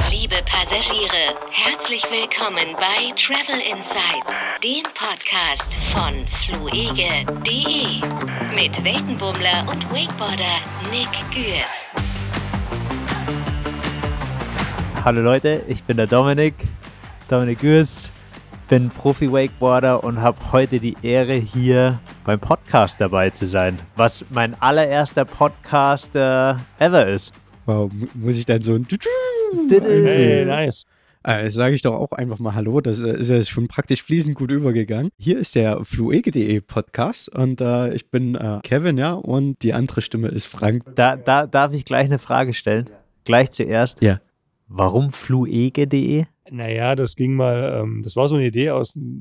Liebe Passagiere, herzlich willkommen bei Travel Insights, dem Podcast von fluege.de mit Weltenbummler und Wakeboarder Nick Gürs. Hallo Leute, ich bin der Dominik Gürs, bin Profi-Wakeboarder und habe heute die Ehre, hier beim Podcast dabei zu sein, was mein allererster Podcast ever ist. Wow, muss ich dann so ein Hey, nice. Sage ich doch auch einfach mal Hallo, das ist ja schon praktisch fließend gut übergegangen. Hier ist der fluege.de Podcast und ich bin Kevin, ja, und die andere Stimme ist Frank. Da darf ich gleich eine Frage stellen, gleich zuerst. Ja. Warum fluege.de? Naja, das ging mal, das war so eine Idee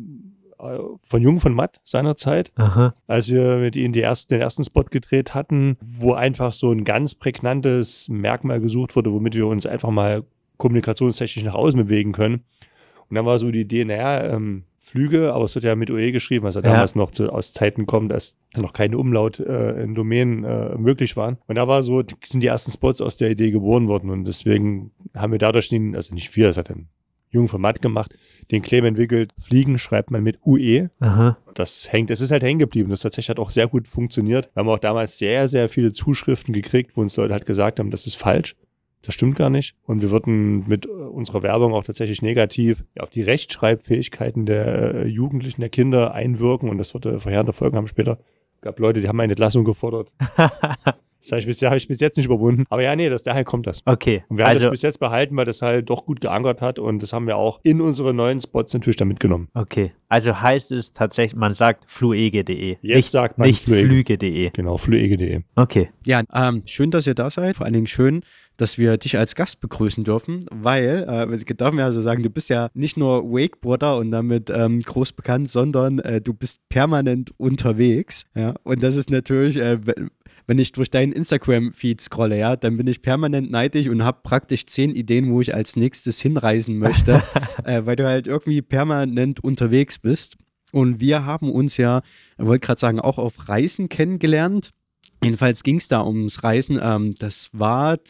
von Jung von Matt seinerzeit, als wir mit ihnen den ersten Spot gedreht hatten, wo einfach so ein ganz prägnantes Merkmal gesucht wurde, womit wir uns einfach mal kommunikationstechnisch nach außen bewegen können. Und dann war so die Idee, Flüge, aber es wird ja mit OE geschrieben, was ja damals noch aus Zeiten kommt, als noch keine Umlaut in Domänen möglich waren. Und da sind die ersten Spots aus der Idee geboren worden und deswegen haben wir dadurch das hat dann Jung von Matt gemacht, den Claim entwickelt. Fliegen schreibt man mit UE. Es ist halt hängen geblieben. Das tatsächlich hat auch sehr gut funktioniert. Wir haben auch damals sehr, sehr viele Zuschriften gekriegt, wo uns Leute halt gesagt haben, das ist falsch. Das stimmt gar nicht. Und wir würden mit unserer Werbung auch tatsächlich negativ auf die Rechtschreibfähigkeiten der Jugendlichen, der Kinder einwirken. Und das würde verheerende Folgen haben später. Es gab Leute, die haben eine Entlassung gefordert. Das habe ich bis jetzt nicht überwunden. Aber ja, daher kommt das. Okay. Und wir haben das bis jetzt behalten, weil das halt doch gut geankert hat. Und das haben wir auch in unsere neuen Spots natürlich dann mitgenommen. Okay. Also heißt es tatsächlich, man sagt fluege.de. Jetzt sagt man nicht flüge.de. Genau, fluege.de. Okay. Ja, schön, dass ihr da seid. Vor allen Dingen schön, dass wir dich als Gast begrüßen dürfen, weil, wir dürfen ja so sagen, du bist ja nicht nur Wakeboarder und damit groß bekannt, sondern du bist permanent unterwegs. Ja? Und das ist natürlich, wenn ich durch deinen Instagram-Feed scrolle, ja, dann bin ich permanent neidisch und habe praktisch 10 Ideen, wo ich als nächstes hinreisen möchte, weil du halt irgendwie permanent unterwegs bist. Und wir haben uns ja, ich wollte gerade sagen, auch auf Reisen kennengelernt. Jedenfalls ging es da ums Reisen. Das war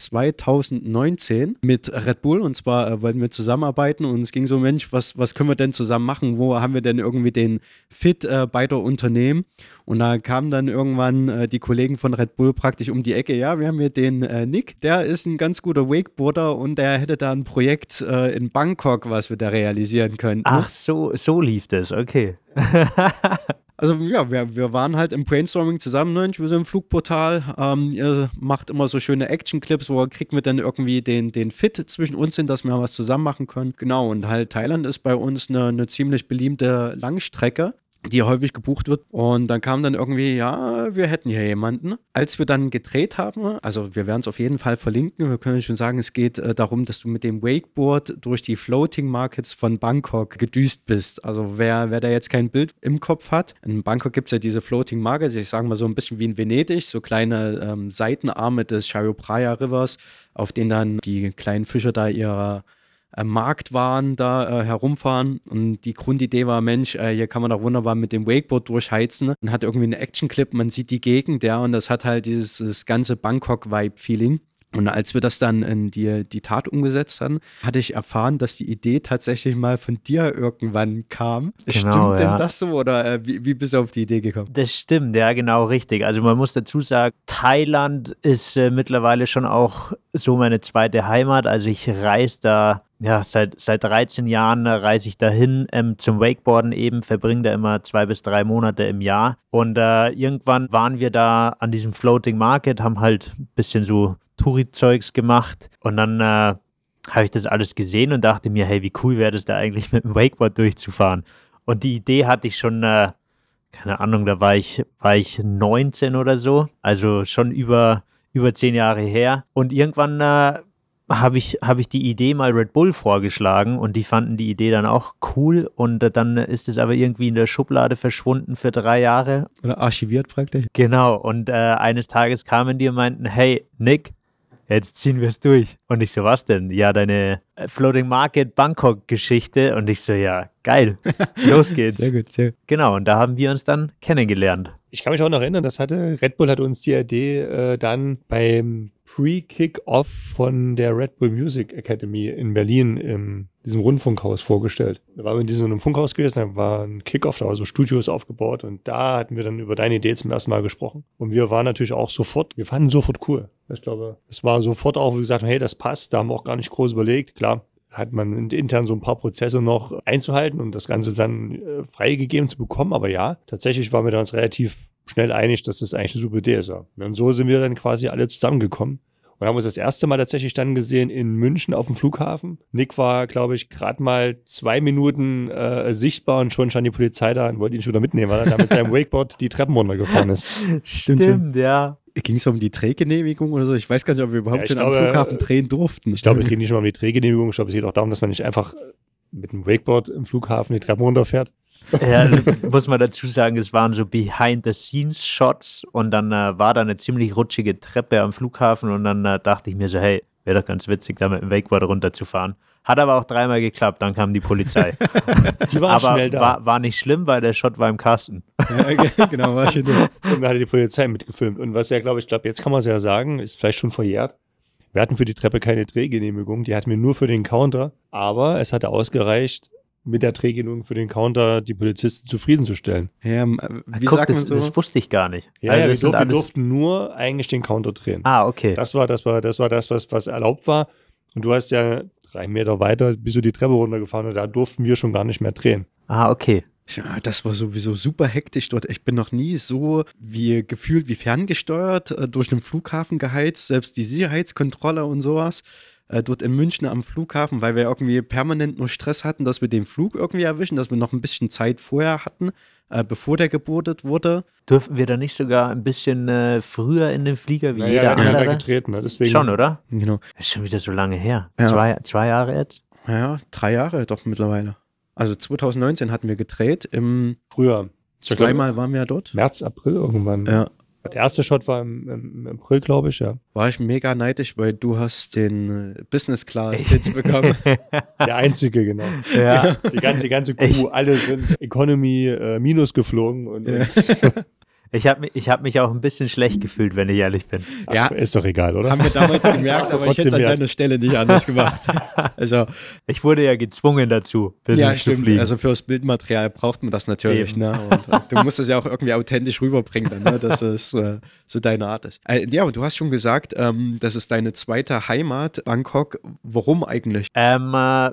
2019 mit Red Bull und zwar wollten wir zusammenarbeiten und es ging so, Mensch, was können wir denn zusammen machen? Wo haben wir denn irgendwie den Fit beider Unternehmen? Und da kamen dann irgendwann die Kollegen von Red Bull praktisch um die Ecke. Ja, wir haben hier den Nick, der ist ein ganz guter Wakeboarder und der hätte da ein Projekt in Bangkok, was wir da realisieren könnten. Ach, so lief das, okay. Also ja, wir waren halt im Brainstorming zusammen, ne? Wir sind im Flugportal, ihr macht immer so schöne Action-Clips, wo kriegen wir dann irgendwie den Fit zwischen uns hin, dass wir was zusammen machen können. Genau, und halt Thailand ist bei uns eine ziemlich beliebte Langstrecke, die häufig gebucht wird. Und dann kam dann irgendwie, ja, wir hätten hier jemanden. Als wir dann gedreht haben, also wir werden es auf jeden Fall verlinken, wir können schon sagen, es geht darum, dass du mit dem Wakeboard durch die Floating Markets von Bangkok gedüst bist. Also wer da jetzt kein Bild im Kopf hat, in Bangkok gibt es ja diese Floating Markets, ich sage mal so ein bisschen wie in Venedig, so kleine Seitenarme des Chariotpaya Rivers, auf denen dann die kleinen Fischer da ihre Marktwaren da herumfahren und die Grundidee war, Mensch, hier kann man doch wunderbar mit dem Wakeboard durchheizen und hat irgendwie einen Actionclip, man sieht die Gegend, ja, und das hat halt dieses ganze Bangkok-Vibe-Feeling. Und als wir das dann in die Tat umgesetzt haben, hatte ich erfahren, dass die Idee tatsächlich mal von dir irgendwann kam. Genau, stimmt denn das so oder wie bist du auf die Idee gekommen? Das stimmt, ja, genau, richtig. Also man muss dazu sagen, Thailand ist mittlerweile schon auch so meine zweite Heimat. Also ich reise da, ja, seit 13 Jahren reise ich dahin zum Wakeboarden eben, verbringe da immer 2 bis 3 Monate im Jahr. Und irgendwann waren wir da an diesem Floating Market, haben halt ein bisschen so Touri-Zeugs gemacht und dann habe ich das alles gesehen und dachte mir, hey, wie cool wäre das da eigentlich mit dem Wakeboard durchzufahren. Und die Idee hatte ich schon, keine Ahnung, da war ich 19 oder so, also schon über 10 Jahre her. Und irgendwann habe ich die Idee mal Red Bull vorgeschlagen und die fanden die Idee dann auch cool und dann ist es aber irgendwie in der Schublade verschwunden für 3 Jahre. Oder archiviert praktisch. Genau, und eines Tages kamen die und meinten, hey, Nick, jetzt ziehen wir es durch. Und ich so, was denn? Ja, deine Floating Market Bangkok-Geschichte. Und ich so, ja, geil, los geht's. Sehr gut, sehr gut. Genau, und da haben wir uns dann kennengelernt. Ich kann mich auch noch erinnern, Red Bull hat uns die Idee dann beim Pre-Kick-Off von der Red Bull Music Academy in Berlin in diesem Rundfunkhaus vorgestellt. Da waren wir in diesem Funkhaus gewesen, da war ein Kick-Off, da war so Studios aufgebaut und da hatten wir dann über deine Idee zum ersten Mal gesprochen. Und wir waren natürlich auch wir fanden sofort cool. Ich glaube, es war sofort auch, wie gesagt, hey, das passt, da haben wir auch gar nicht groß überlegt. Klar, hat man intern so ein paar Prozesse noch einzuhalten und das Ganze dann freigegeben zu bekommen. Aber ja, tatsächlich waren wir uns relativ schnell einig, dass das eigentlich eine super Idee ist. Und so sind wir dann quasi alle zusammengekommen und haben uns das erste Mal tatsächlich dann gesehen in München auf dem Flughafen. Nick war, glaube ich, gerade mal 2 Minuten sichtbar und schon stand die Polizei da und wollte ihn schon wieder mitnehmen, weil er da mit seinem Wakeboard die Treppen runtergefahren ist. Stimmt, ja. Ging es um die Drehgenehmigung oder so? Ich weiß gar nicht, ob wir überhaupt schon am Flughafen drehen durften. Ich glaube, es geht nicht nur um die Drehgenehmigung. Ich glaube, es geht auch darum, dass man nicht einfach mit einem Wakeboard im Flughafen die Treppen runterfährt. Ja, muss man dazu sagen, es waren so Behind-the-Scenes-Shots und dann war da eine ziemlich rutschige Treppe am Flughafen und dann dachte ich mir so, hey, wäre doch ganz witzig, da mit dem Wakeboard runterzufahren. Hat aber auch 3-mal geklappt, dann kam die Polizei. Die waren aber schnell da. War nicht schlimm, weil der Shot war im Kasten. Ja, genau, war schon da. Und dann hat die Polizei mitgefilmt. Und was ja, glaube ich, jetzt kann man es ja sagen, ist vielleicht schon verjährt. Wir hatten für die Treppe keine Drehgenehmigung, die hatten wir nur für den Counter. Aber es hatte ausgereicht, mit der Drehgenehmigung für den Counter die Polizisten zufriedenzustellen. Ja, Guck, sagt man so? Das wusste ich gar nicht. Ja, also wir durften nur eigentlich den Counter drehen. Ah, okay. Das war das, was erlaubt war. Und du hast ja 3 Meter weiter, bist du die Treppe runtergefahren und da durften wir schon gar nicht mehr drehen. Ah, okay. Ja, das war sowieso super hektisch dort. Ich bin noch nie so gefühlt wie ferngesteuert durch den Flughafen geheizt, selbst die Sicherheitskontrolle und sowas. Dort in München am Flughafen, weil wir irgendwie permanent nur Stress hatten, dass wir den Flug irgendwie erwischen, dass wir noch ein bisschen Zeit vorher hatten, bevor der gebotet wurde. Dürfen wir da nicht sogar ein bisschen früher in den Flieger wie jeder andere? Ja, getreten, ne? Deswegen. Schon, oder? Genau. Das ist schon wieder so lange her. Ja. 2 Jahre jetzt? Ja, 3 Jahre doch mittlerweile. Also 2019 hatten wir gedreht. Früher. 2-mal waren wir ja dort. März, April irgendwann. Ja. Der erste Shot war im April, glaube ich, ja. War ich mega neidisch, weil du hast den Business-Class-Sitz bekommen. Der einzige, genau. Ja. Die ganze Crew, alle sind Economy minus geflogen. Und Ich hab mich auch ein bisschen schlecht gefühlt, wenn ich ehrlich bin. Ja, ist doch egal, oder? Haben wir damals gemerkt, aber ich hätte es an deiner Stelle nicht anders gemacht. Also, ich wurde ja gezwungen dazu, Business zu fliegen. Also fürs Bildmaterial braucht man das natürlich. Ne? Und du musst es ja auch irgendwie authentisch rüberbringen, ne? Dass es so deine Art ist. Ja, aber du hast schon gesagt, das ist deine zweite Heimat, Bangkok. Warum eigentlich? Man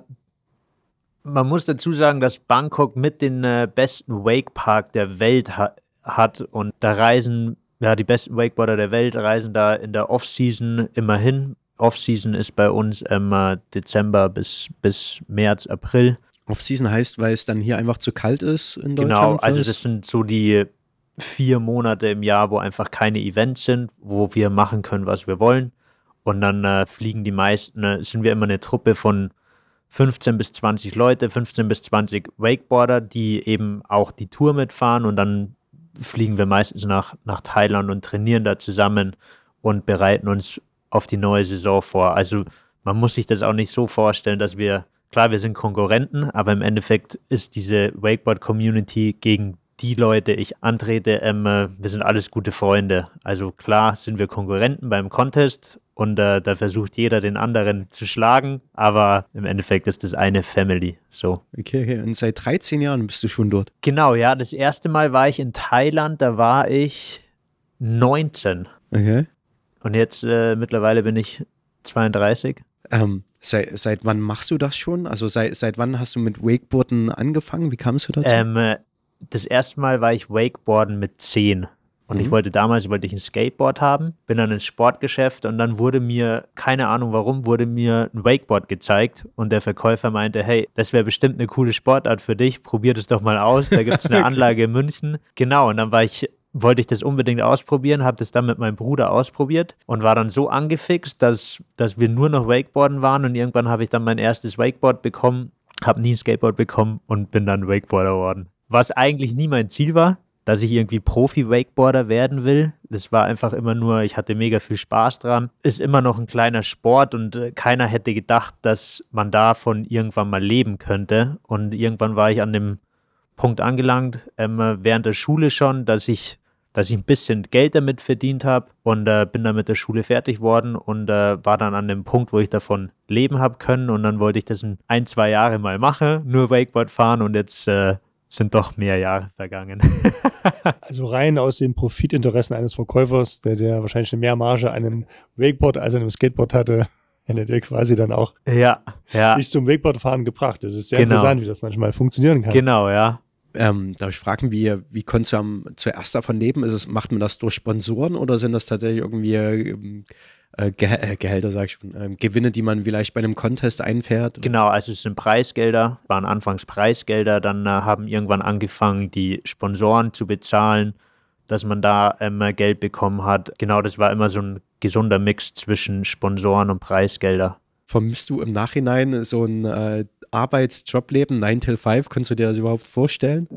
muss dazu sagen, dass Bangkok mit den besten Wakepark der Welt hat und da reisen, ja, die besten Wakeboarder der Welt reisen da in der Off-Season immer hin. Off-Season ist bei uns Dezember bis März, April. Off-Season heißt, weil es dann hier einfach zu kalt ist in Deutschland? Genau, also das sind so die 4 Monate im Jahr, wo einfach keine Events sind, wo wir machen können, was wir wollen. Und dann fliegen die meisten, sind wir immer eine Truppe von 15 bis 20 Leute, 15 bis 20 Wakeboarder, die eben auch die Tour mitfahren und dann fliegen wir meistens nach Thailand und trainieren da zusammen und bereiten uns auf die neue Saison vor. Also man muss sich das auch nicht so vorstellen, dass wir sind Konkurrenten, aber im Endeffekt ist diese Wakeboard-Community gegen die Leute, ich antrete, wir sind alles gute Freunde. Also klar sind wir Konkurrenten beim Contest und da versucht jeder den anderen zu schlagen, aber im Endeffekt ist das eine Family. So. Okay. Und seit 13 Jahren bist du schon dort? Genau, ja. Das erste Mal war ich in Thailand, da war ich 19. Okay. Und jetzt mittlerweile bin ich 32. Seit wann machst du das schon? Also seit wann hast du mit Wakeboarden angefangen? Wie kamst du dazu? Das erste Mal war ich Wakeboarden mit 10. Und ich wollte ein Skateboard haben, bin dann ins Sportgeschäft und dann wurde mir, keine Ahnung warum, ein Wakeboard gezeigt und der Verkäufer meinte, hey, das wäre bestimmt eine coole Sportart für dich, probier das doch mal aus, da gibt es eine Anlage in München. Genau, und dann wollte ich das unbedingt ausprobieren, habe das dann mit meinem Bruder ausprobiert und war dann so angefixt, dass wir nur noch Wakeboarden waren und irgendwann habe ich dann mein erstes Wakeboard bekommen, habe nie ein Skateboard bekommen und bin dann Wakeboarder geworden. Was eigentlich nie mein Ziel war, dass ich irgendwie Profi-Wakeboarder werden will. Das war einfach immer nur, ich hatte mega viel Spaß dran. Ist immer noch ein kleiner Sport und keiner hätte gedacht, dass man davon irgendwann mal leben könnte. Und irgendwann war ich an dem Punkt angelangt, während der Schule schon, dass ich dass ich ein bisschen Geld damit verdient habe und bin dann mit der Schule fertig worden und war dann an dem Punkt, wo ich davon leben habe können und dann wollte ich das in 1-2 Jahre mal machen, nur Wakeboard fahren und jetzt sind doch mehr Jahre vergangen. Also rein aus den Profitinteressen eines Verkäufers, der wahrscheinlich eine mehr Marge an einem Wakeboard als an einem Skateboard hatte, hätte der quasi dann auch dich zum Wakeboardfahren gebracht. Das ist sehr interessant, wie das manchmal funktionieren kann. Genau, ja. Darf ich fragen, wie konntest du zuerst davon leben? Macht man das durch Sponsoren oder sind das tatsächlich irgendwie Gehälter, sag ich schon, Gewinne, die man vielleicht bei einem Contest einfährt? Genau, also es sind Preisgelder, waren anfangs Preisgelder, dann haben irgendwann angefangen, die Sponsoren zu bezahlen, dass man da Geld bekommen hat. Genau, das war immer so ein gesunder Mix zwischen Sponsoren und Preisgelder. Vermisst du im Nachhinein so ein Arbeitsjobleben, 9 till 5? Kannst du dir das überhaupt vorstellen?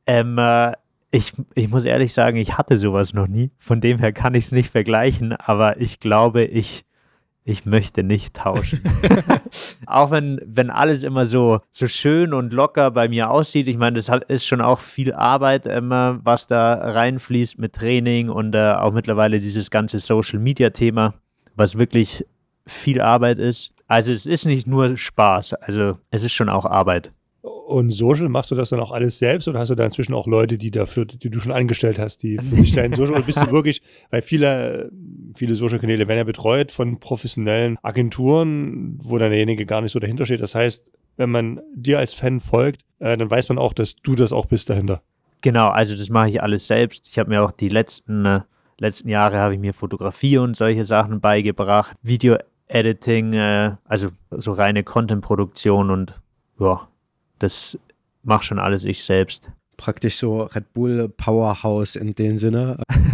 Ich muss ehrlich sagen, ich hatte sowas noch nie. Von dem her kann ich es nicht vergleichen, aber ich glaube, ich möchte nicht tauschen. Auch wenn alles immer so schön und locker bei mir aussieht. Ich meine, das ist schon auch viel Arbeit, was da reinfließt mit Training und auch mittlerweile dieses ganze Social-Media-Thema, was wirklich viel Arbeit ist. Also es ist nicht nur Spaß, also es ist schon auch Arbeit. Und Social, machst du das dann auch alles selbst oder hast du da inzwischen auch Leute, die du schon angestellt hast, die für dich dein Social, oder bist du wirklich, weil viele Social-Kanäle werden ja betreut von professionellen Agenturen, wo dann derjenige gar nicht so dahinter steht. Das heißt, wenn man dir als Fan folgt, dann weiß man auch, dass du das auch bist dahinter. Genau, also das mache ich alles selbst. Ich habe mir auch die letzten Jahre habe ich mir Fotografie und solche Sachen beigebracht, Video-Editing, also so reine Content-Produktion und ja, das mache schon alles ich selbst. Praktisch so Red Bull Powerhouse in dem Sinne.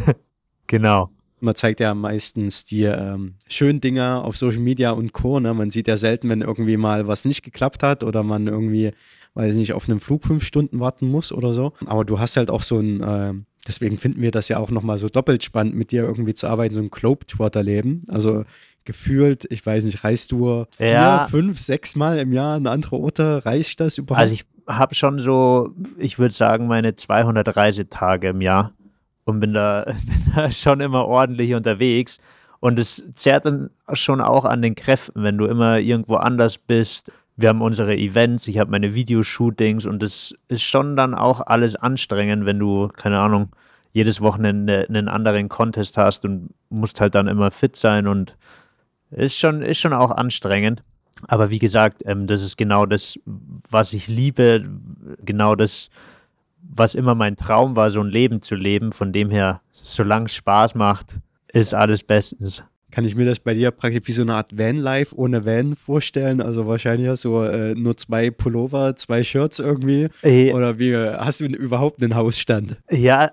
Genau. Man zeigt ja meistens die schönen Dinge auf Social Media und Co. Ne? Man sieht ja selten, wenn irgendwie mal was nicht geklappt hat oder man irgendwie, weiß ich nicht, auf einen Flug 5 Stunden warten muss oder so. Aber du hast halt auch so ein, deswegen finden wir das ja auch nochmal so doppelt spannend, mit dir irgendwie zu arbeiten, so ein Globetrotter-Leben. Also gefühlt, ich weiß nicht, reist du 4, 5, 6 Mal im Jahr an andere Orte? Reicht das überhaupt? Also ich habe schon so, ich würde sagen, meine 200 Reisetage im Jahr und bin da schon immer ordentlich unterwegs. Und es zerrt dann schon auch an den Kräften, wenn du immer irgendwo anders bist. Wir haben unsere Events, ich habe meine Videoshootings und das ist schon dann auch alles anstrengend, wenn du, keine Ahnung, jedes Wochenende einen anderen Contest hast und musst halt dann immer fit sein und ist schon auch anstrengend. Aber wie gesagt, das ist genau das, was ich liebe, genau das, was immer mein Traum war, so ein Leben zu leben. Von dem her, solange es Spaß macht, ist alles bestens. Kann ich mir das bei dir praktisch wie so eine Art Vanlife ohne Van vorstellen? Also wahrscheinlich hast du nur 2 Pullover, 2 Shirts irgendwie? Oder wie hast du überhaupt einen Hausstand? Ja,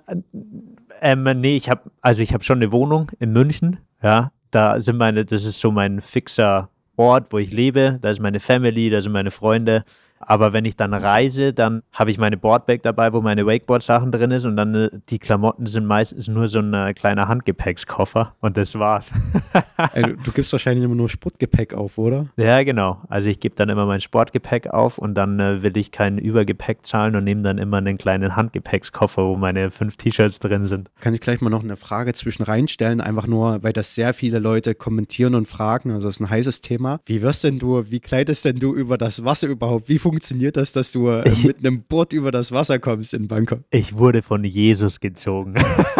nee, ich habe schon eine Wohnung in München, ja. Das ist so mein fixer Ort, wo ich lebe. Da ist meine Family, da sind meine Freunde. Aber wenn ich dann reise, dann habe ich meine Boardbag dabei, wo meine Wakeboard-Sachen drin ist und dann die Klamotten sind meistens nur so ein kleiner Handgepäckskoffer und das war's. Also, du gibst wahrscheinlich immer nur Sportgepäck auf, oder? Ja, genau. Also ich gebe dann immer mein Sportgepäck auf und dann will ich kein Übergepäck zahlen und nehme dann immer einen kleinen Handgepäckskoffer, wo meine 5 T-Shirts drin sind. Kann ich gleich mal noch eine Frage zwischen reinstellen, einfach nur, weil das sehr viele Leute kommentieren und fragen, also das ist ein heißes Thema. Wie kleidest denn du über das Wasser überhaupt? Wie funktioniert das, dass du mit einem Boot über das Wasser kommst in Bangkok? Ich wurde von Jesus gezogen.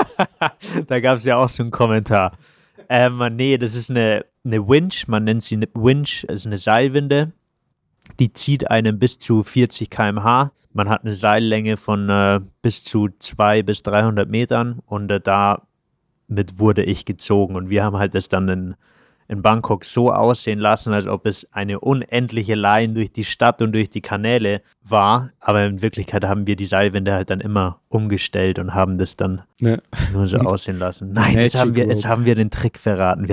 Da gab es ja auch so einen Kommentar. Nee, das ist eine Winch, man nennt sie eine Winch, das ist eine Seilwinde, die zieht einen bis zu 40 km/h. Man hat eine Seillänge von bis zu 200 bis 300 Metern und damit wurde ich gezogen und wir haben halt das dann in Bangkok so aussehen lassen, als ob es eine unendliche Line durch die Stadt und durch die Kanäle war. Aber in Wirklichkeit haben wir die Seilwinde halt dann immer umgestellt und haben das dann nur so aussehen lassen. Nein, jetzt haben wir den Trick verraten.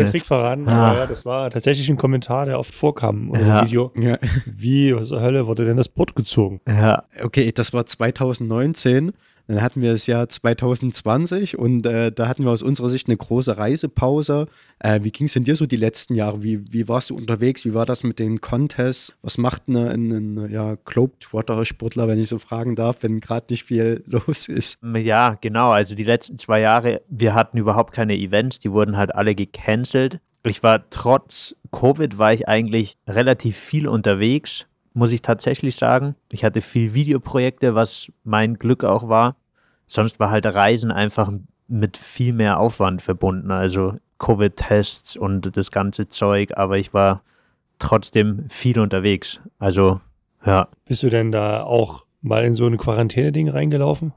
Ja, das war tatsächlich ein Kommentar, der oft vorkam in dem Video. Ja. Wie zur Hölle wurde denn das Boot gezogen? Ja. Okay, das war 2019. Dann hatten wir das Jahr 2020 und da hatten wir aus unserer Sicht eine große Reisepause. Wie ging es denn dir so die letzten Jahre? Wie warst du unterwegs? Wie war das mit den Contests? Was macht ein Globetrotter-Sportler, wenn ich so fragen darf, wenn gerade nicht viel los ist? Ja, genau. Also die letzten 2 Jahre, wir hatten überhaupt keine Events, die wurden halt alle gecancelt. Ich war trotz Covid, war ich eigentlich relativ viel unterwegs, muss ich tatsächlich sagen. Ich hatte viel Videoprojekte, was mein Glück auch war. Sonst war halt Reisen einfach mit viel mehr Aufwand verbunden, also Covid-Tests und das ganze Zeug, aber ich war trotzdem viel unterwegs. Also, ja. Bist du denn da auch mal in so ein Quarantäne-Ding reingelaufen?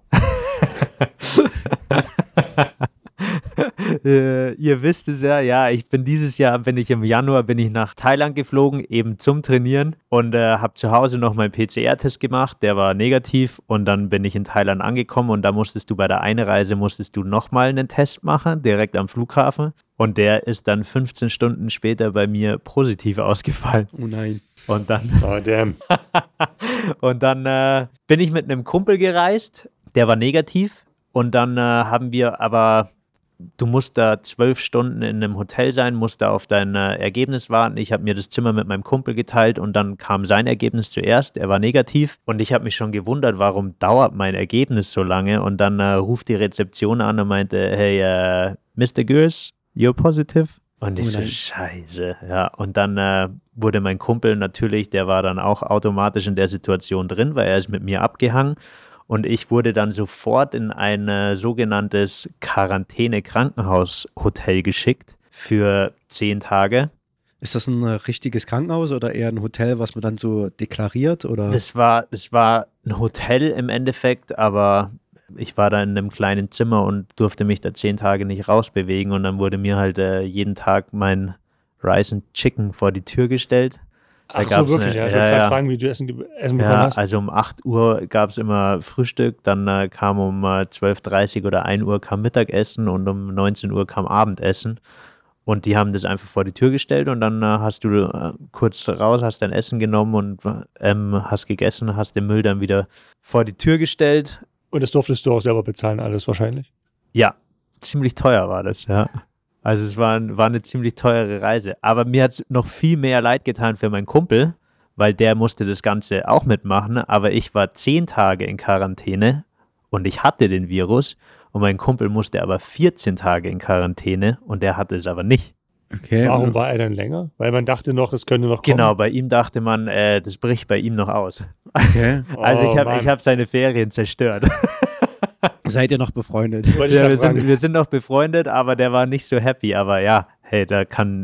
Ihr wisst es ja, dieses Jahr bin ich im Januar nach Thailand geflogen, eben zum Trainieren und habe zu Hause noch meinen PCR-Test gemacht, der war negativ und dann bin ich in Thailand angekommen und da musstest du bei der Einreise nochmal einen Test machen, direkt am Flughafen und der ist dann 15 Stunden später bei mir positiv ausgefallen. Oh nein. Und dann, Oh damn. und dann bin ich mit einem Kumpel gereist, der war negativ und dann haben wir aber... Du musst da 12 Stunden in einem Hotel sein, musst da auf dein Ergebnis warten. Ich habe mir das Zimmer mit meinem Kumpel geteilt und dann kam sein Ergebnis zuerst. Er war negativ und ich habe mich schon gewundert, warum dauert mein Ergebnis so lange. Und dann ruft die Rezeption an und meinte, hey, Mr. Gers, you're positive? Und ich so, scheiße. Ja, und dann wurde mein Kumpel natürlich, der war dann auch automatisch in der Situation drin, weil er ist mit mir abgehangen. Und ich wurde dann sofort in ein sogenanntes Quarantäne-Krankenhaus-Hotel geschickt für 10 Tage. Ist das ein richtiges Krankenhaus oder eher ein Hotel, was man dann so deklariert? Oder? Das war ein Hotel im Endeffekt, aber ich war da in einem kleinen Zimmer und durfte mich da 10 Tage nicht rausbewegen. Und dann wurde mir halt jeden Tag mein Rice and Chicken vor die Tür gestellt. Ach so, wirklich? Ich wollte gerade fragen, wie du Essen bekommen hast. Also um 8 Uhr gab es immer Frühstück, dann kam um 12:30 oder 1 Uhr kam Mittagessen und um 19 Uhr kam Abendessen. Und die haben das einfach vor die Tür gestellt und dann hast du kurz raus, hast dein Essen genommen und hast gegessen, hast den Müll dann wieder vor die Tür gestellt. Und das durftest du auch selber bezahlen, alles wahrscheinlich? Ja, ziemlich teuer war das, ja. Also es war eine ziemlich teure Reise. Aber mir hat es noch viel mehr leid getan für meinen Kumpel, weil der musste das Ganze auch mitmachen. Aber ich war 10 Tage in Quarantäne und ich hatte den Virus. Und mein Kumpel musste aber 14 Tage in Quarantäne und der hatte es aber nicht. Okay. Warum war er dann länger? Weil man dachte noch, es könnte noch kommen. Genau, bei ihm dachte man, das bricht bei ihm noch aus. Okay. Also ich hab seine Ferien zerstört. Seid ihr noch befreundet? Ja, wir sind noch befreundet, aber der war nicht so happy. Aber ja, hey, da kann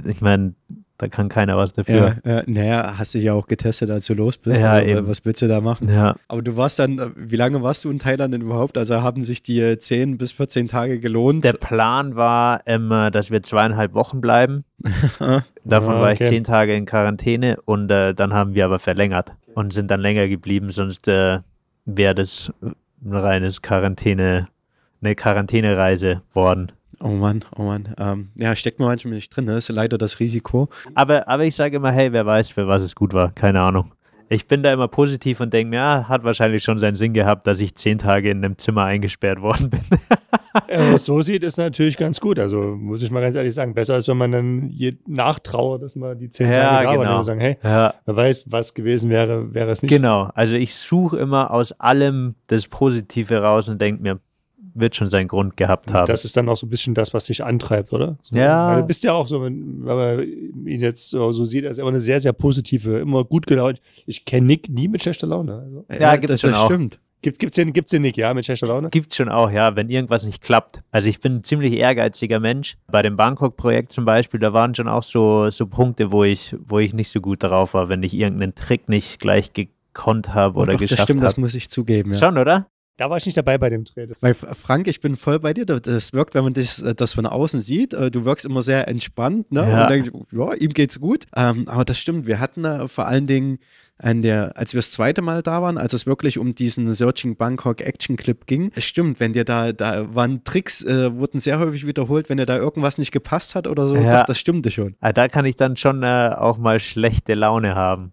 keiner was dafür. Naja, hast dich ja auch getestet, als du los bist. Ja, also, eben. Was willst du da machen? Ja. Aber du warst dann, wie lange warst du in Thailand denn überhaupt? Also haben sich die 10 bis 14 Tage gelohnt? Der Plan war, dass wir 2,5 Wochen bleiben. Davon war ich 10 Tage in Quarantäne und dann haben wir aber verlängert und sind dann länger geblieben, sonst wäre das ein reines eine Quarantänereise worden. Oh Mann. Ja, steckt man manchmal nicht drin, ne? Das ist leider das Risiko. Aber ich sage immer, hey, wer weiß, für was es gut war. Keine Ahnung. Ich bin da immer positiv und denke mir, ja, hat wahrscheinlich schon seinen Sinn gehabt, dass ich 10 Tage in einem Zimmer eingesperrt worden bin. Wenn man es so sieht, ist natürlich ganz gut. Also muss ich mal ganz ehrlich sagen, besser als wenn man dann nachtrauert, dass man die 10 Tage da war und sagen, hey, wer weiß, was gewesen wäre es nicht. Genau, also ich suche immer aus allem das Positive raus und denke mir, wird schon seinen Grund gehabt haben. Das ist dann auch so ein bisschen das, was dich antreibt, oder? So, ja. Weil du bist ja auch so, wenn man ihn jetzt so sieht, er ist immer eine sehr, sehr positive, immer gut gelaunt. Ich kenne Nick nie mit schlechter Laune. Also. Ja, gibt es schon auch. Stimmt. Gibt's den Nick, ja, mit schlechter Laune? Gibt's schon auch, ja, wenn irgendwas nicht klappt. Also ich bin ein ziemlich ehrgeiziger Mensch. Bei dem Bangkok-Projekt zum Beispiel, da waren schon auch so Punkte, wo ich nicht so gut drauf war, wenn ich irgendeinen Trick nicht gleich gekonnt habe oder geschafft habe. Das stimmt, das muss ich zugeben. Ja. Schon, oder? Da war ich nicht dabei bei dem Dreh. Weil Frank, ich bin voll bei dir. Das wirkt, wenn man das von außen sieht. Du wirkst immer sehr entspannt, ne? Ja. Und denkst, ja, ihm geht's gut. Aber das stimmt. Wir hatten vor allen Dingen als wir das zweite Mal da waren, als es wirklich um diesen Searching Bangkok Action Clip ging. Es stimmt, wenn dir da waren Tricks, wurden sehr häufig wiederholt, wenn dir da irgendwas nicht gepasst hat oder so. Ja. Doch, das stimmte schon. Da kann ich dann schon auch mal schlechte Laune haben.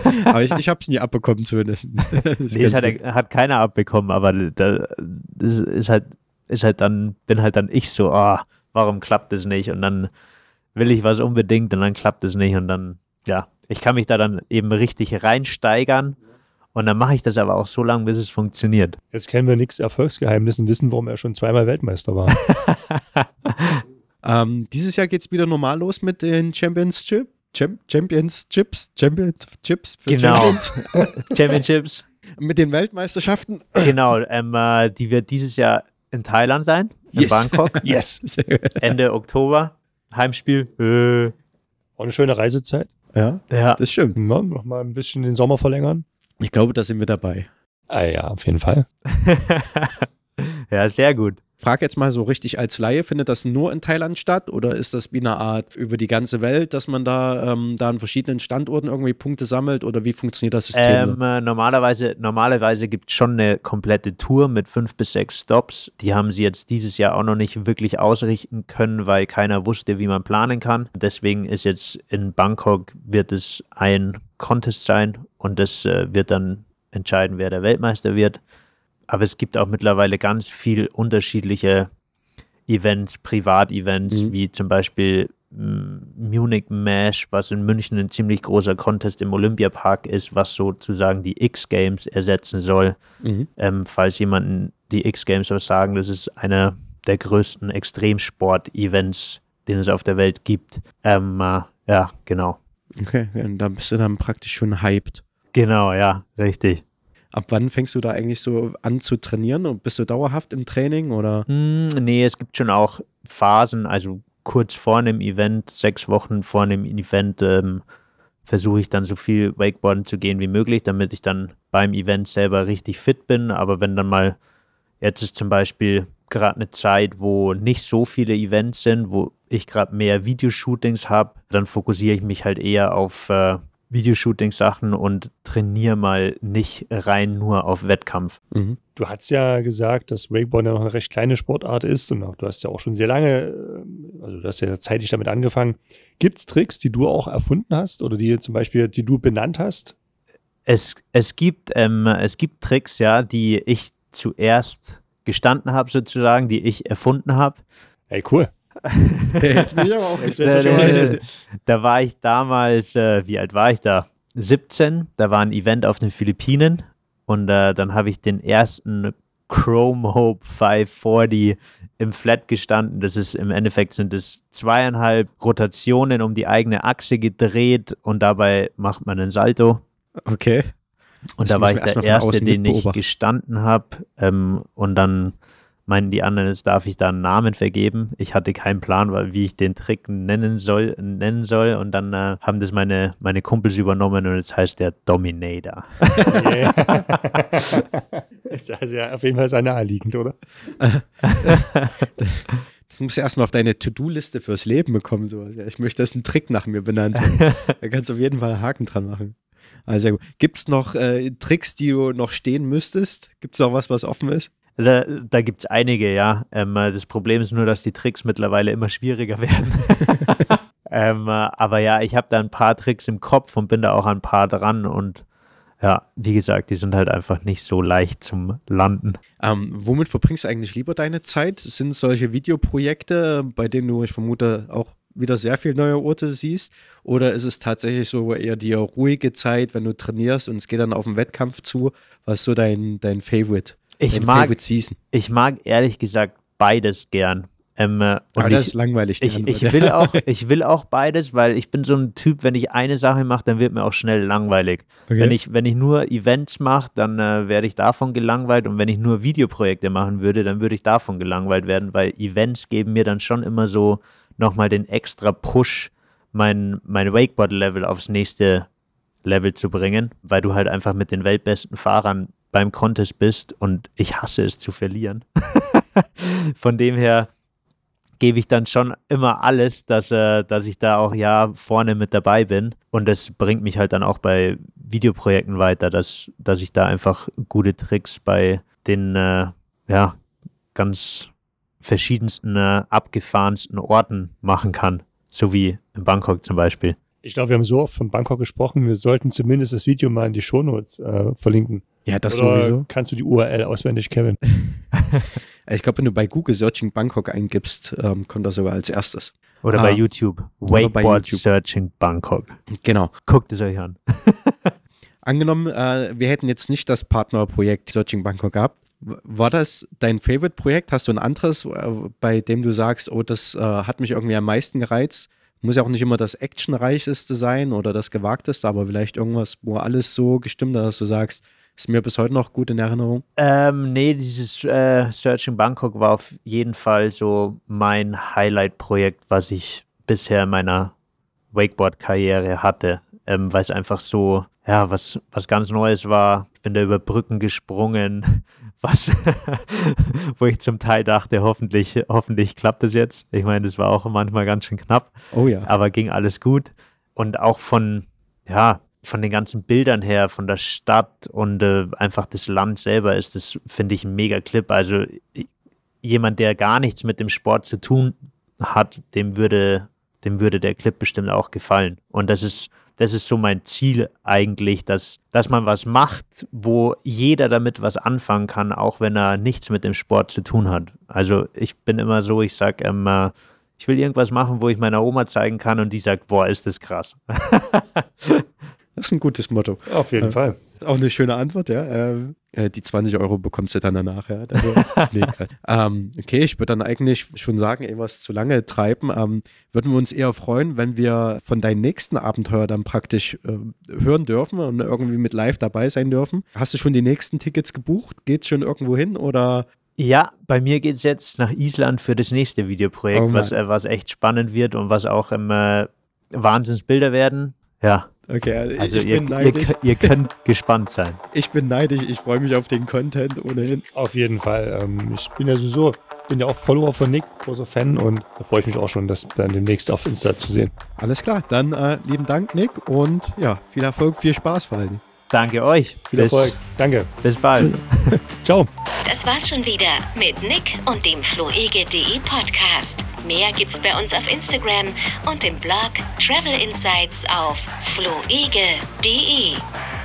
Aber ich habe es nie abbekommen zumindest. Nee, hat keiner abbekommen, aber das ist halt dann, bin halt dann ich so, warum klappt das nicht? Und dann will ich was unbedingt und dann klappt es nicht und dann, ja, ich kann mich da dann eben richtig reinsteigern und dann mache ich das aber auch so lange, bis es funktioniert. Jetzt kennen wir nichts Erfolgsgeheimnis und wissen, warum er schon zweimal Weltmeister war. Dieses Jahr geht es wieder normal los mit den Championships. Genau, Championships. Mit den Weltmeisterschaften. Genau, die wird dieses Jahr in Thailand sein, in Bangkok. Yes. Ende Oktober, Heimspiel. Auch eine schöne Reisezeit. Ja, das stimmt. Ja, noch mal ein bisschen den Sommer verlängern. Ich glaube, da sind wir dabei. Ja, auf jeden Fall. Ja, sehr gut. Frag jetzt mal so richtig als Laie, findet das nur in Thailand statt oder ist das wie eine Art über die ganze Welt, dass man da an verschiedenen Standorten irgendwie Punkte sammelt oder wie funktioniert das System? Normalerweise gibt es schon eine komplette Tour mit 5 bis 6 Stops. Die haben sie jetzt dieses Jahr auch noch nicht wirklich ausrichten können, weil keiner wusste, wie man planen kann. Deswegen ist jetzt in Bangkok wird es ein Contest sein und das wird dann entscheiden, wer der Weltmeister wird. Aber es gibt auch mittlerweile ganz viel unterschiedliche Events, Privatevents, wie zum Beispiel Munich Mash, was in München ein ziemlich großer Contest im Olympiapark ist, was sozusagen die X-Games ersetzen soll. Falls jemanden die X-Games was sagen, das ist einer der größten Extremsport-Events, den es auf der Welt gibt. Ja, genau. Okay, da bist du dann praktisch schon hyped. Genau, ja, richtig. Ab wann fängst du da eigentlich so an zu trainieren und bist du dauerhaft im Training oder? Nee, es gibt schon auch Phasen, also kurz vor einem Event, 6 Wochen vor einem Event versuche ich dann so viel Wakeboarden zu gehen wie möglich, damit ich dann beim Event selber richtig fit bin, aber wenn dann mal, jetzt ist zum Beispiel gerade eine Zeit, wo nicht so viele Events sind, wo ich gerade mehr Videoshootings habe, dann fokussiere ich mich halt eher auf Videoshooting-Sachen und trainiere mal nicht rein nur auf Wettkampf. Du hast ja gesagt, dass Wakeboard ja noch eine recht kleine Sportart ist und auch, du hast ja auch schon sehr lange, also du hast ja zeitig damit angefangen. Gibt es Tricks, die du auch erfunden hast oder die zum Beispiel, die du benannt hast? Es gibt Tricks, ja, die ich zuerst gestanden habe sozusagen, die ich erfunden habe. Hey, cool. Jetzt bin ich aber auch. Da war ich damals, wie alt war ich da? 17, da war ein Event auf den Philippinen und dann habe ich den ersten Chrome Hope 540 im Flat gestanden. Das ist im Endeffekt sind es 2,5 Rotationen um die eigene Achse gedreht und dabei macht man einen Salto. Okay. Und da war ich der Erste, den ich gestanden habe und dann meinten die anderen, jetzt darf ich da einen Namen vergeben. Ich hatte keinen Plan, wie ich den Trick nennen soll. Und dann haben das meine Kumpels übernommen und jetzt heißt der Dominator. Yeah. Das ist also ja auf jeden Fall sehr naheliegend, oder? Das muss ja erstmal auf deine To-Do-Liste fürs Leben bekommen. Sowas. Ja, ich möchte, dass ein Trick nach mir benannt wird. Da kannst du auf jeden Fall einen Haken dran machen. Also sehr gut. Gibt es noch Tricks, die du noch stehen müsstest? Gibt es noch was offen ist? Da gibt es einige, ja. Das Problem ist nur, dass die Tricks mittlerweile immer schwieriger werden. Aber ja, ich habe da ein paar Tricks im Kopf und bin da auch ein paar dran und ja, wie gesagt, die sind halt einfach nicht so leicht zum Landen. Womit verbringst du eigentlich lieber deine Zeit? Sind solche Videoprojekte, bei denen du, ich vermute, auch wieder sehr viele neue Orte siehst? Oder ist es tatsächlich so eher die ruhige Zeit, wenn du trainierst und es geht dann auf den Wettkampf zu? Was ist so dein Favorite? Ich mag ehrlich gesagt beides gern. Aber das ist langweilig. Ich will auch beides, weil ich bin so ein Typ, wenn ich eine Sache mache, dann wird mir auch schnell langweilig. Okay. Wenn ich nur Events mache, dann werde ich davon gelangweilt und wenn ich nur Videoprojekte machen würde, dann würde ich davon gelangweilt werden, weil Events geben mir dann schon immer so nochmal den extra Push, mein Wakeboard-Level aufs nächste Level zu bringen, weil du halt einfach mit den weltbesten Fahrern beim Contest bist und ich hasse es zu verlieren. Von dem her gebe ich dann schon immer alles, dass ich da auch vorne mit dabei bin und das bringt mich halt dann auch bei Videoprojekten weiter, dass ich da einfach gute Tricks bei den ganz verschiedensten, abgefahrensten Orten machen kann, so wie in Bangkok zum Beispiel. Ich glaube, wir haben so oft von Bangkok gesprochen, wir sollten zumindest das Video mal in die Shownotes verlinken. Ja, das Oder sowieso. kannst du die URL auswendig, Kevin? Ich glaube, wenn du bei Google Searching Bangkok eingibst, kommt das sogar als erstes. Oder bei YouTube. Oder bei Wakeboard YouTube. Searching Bangkok. Genau. Guckt es euch an. Angenommen, wir hätten jetzt nicht das Partnerprojekt Searching Bangkok gehabt. War das dein Favorite-Projekt? Hast du ein anderes, bei dem du sagst, oh, das hat mich irgendwie am meisten gereizt? Muss ja auch nicht immer das actionreicheste sein oder das gewagteste, aber vielleicht irgendwas, wo alles so gestimmt hat, dass du sagst, ist mir bis heute noch gut in Erinnerung. Nee, dieses Searching Bangkok war auf jeden Fall so mein Highlight-Projekt, was ich bisher in meiner Wakeboard-Karriere hatte, weil es einfach so, ja, was ganz Neues war. Ich bin da über Brücken gesprungen, wo ich zum Teil dachte, hoffentlich klappt das jetzt. Ich meine, das war auch manchmal ganz schön knapp, Oh ja. aber ging alles gut. Und auch von den ganzen Bildern her, von der Stadt und einfach das Land selber ist das, finde ich, ein mega Clip. Also jemand, der gar nichts mit dem Sport zu tun hat, dem würde der Clip bestimmt auch gefallen. Und das ist so mein Ziel eigentlich, dass man was macht, wo jeder damit was anfangen kann, auch wenn er nichts mit dem Sport zu tun hat. Also ich bin immer so, ich sage immer, ich will irgendwas machen, wo ich meiner Oma zeigen kann und die sagt, boah, ist das krass. Das ist ein gutes Motto. Auf jeden Fall. Auch eine schöne Antwort, ja. Die 20 € bekommst du dann danach, ja. Okay, ich würde dann eigentlich schon sagen, was zu lange treiben. Würden wir uns eher freuen, wenn wir von deinem nächsten Abenteuer dann praktisch hören dürfen und irgendwie mit live dabei sein dürfen. Hast du schon die nächsten Tickets gebucht? Geht's schon irgendwo hin oder? Ja, bei mir geht es jetzt nach Island für das nächste Videoprojekt, was echt spannend wird und was auch Wahnsinnsbilder werden. Ja. Okay, Also ich bin neidisch. ihr könnt gespannt sein. Ich bin neidisch, ich freue mich auf den Content ohnehin. Auf jeden Fall. Ich bin ja auch Follower von Nick, großer Fan und da freue ich mich auch schon, das dann demnächst auf Insta zu sehen. Alles klar, dann lieben Dank, Nick, und ja, viel Erfolg, viel Spaß vor allem. Danke euch. Viel Erfolg. Danke. Bis bald. Ciao. Das war's schon wieder mit Nick und dem floege.de Podcast. Mehr gibt's bei uns auf Instagram und im Blog Travel Insights auf floege.de.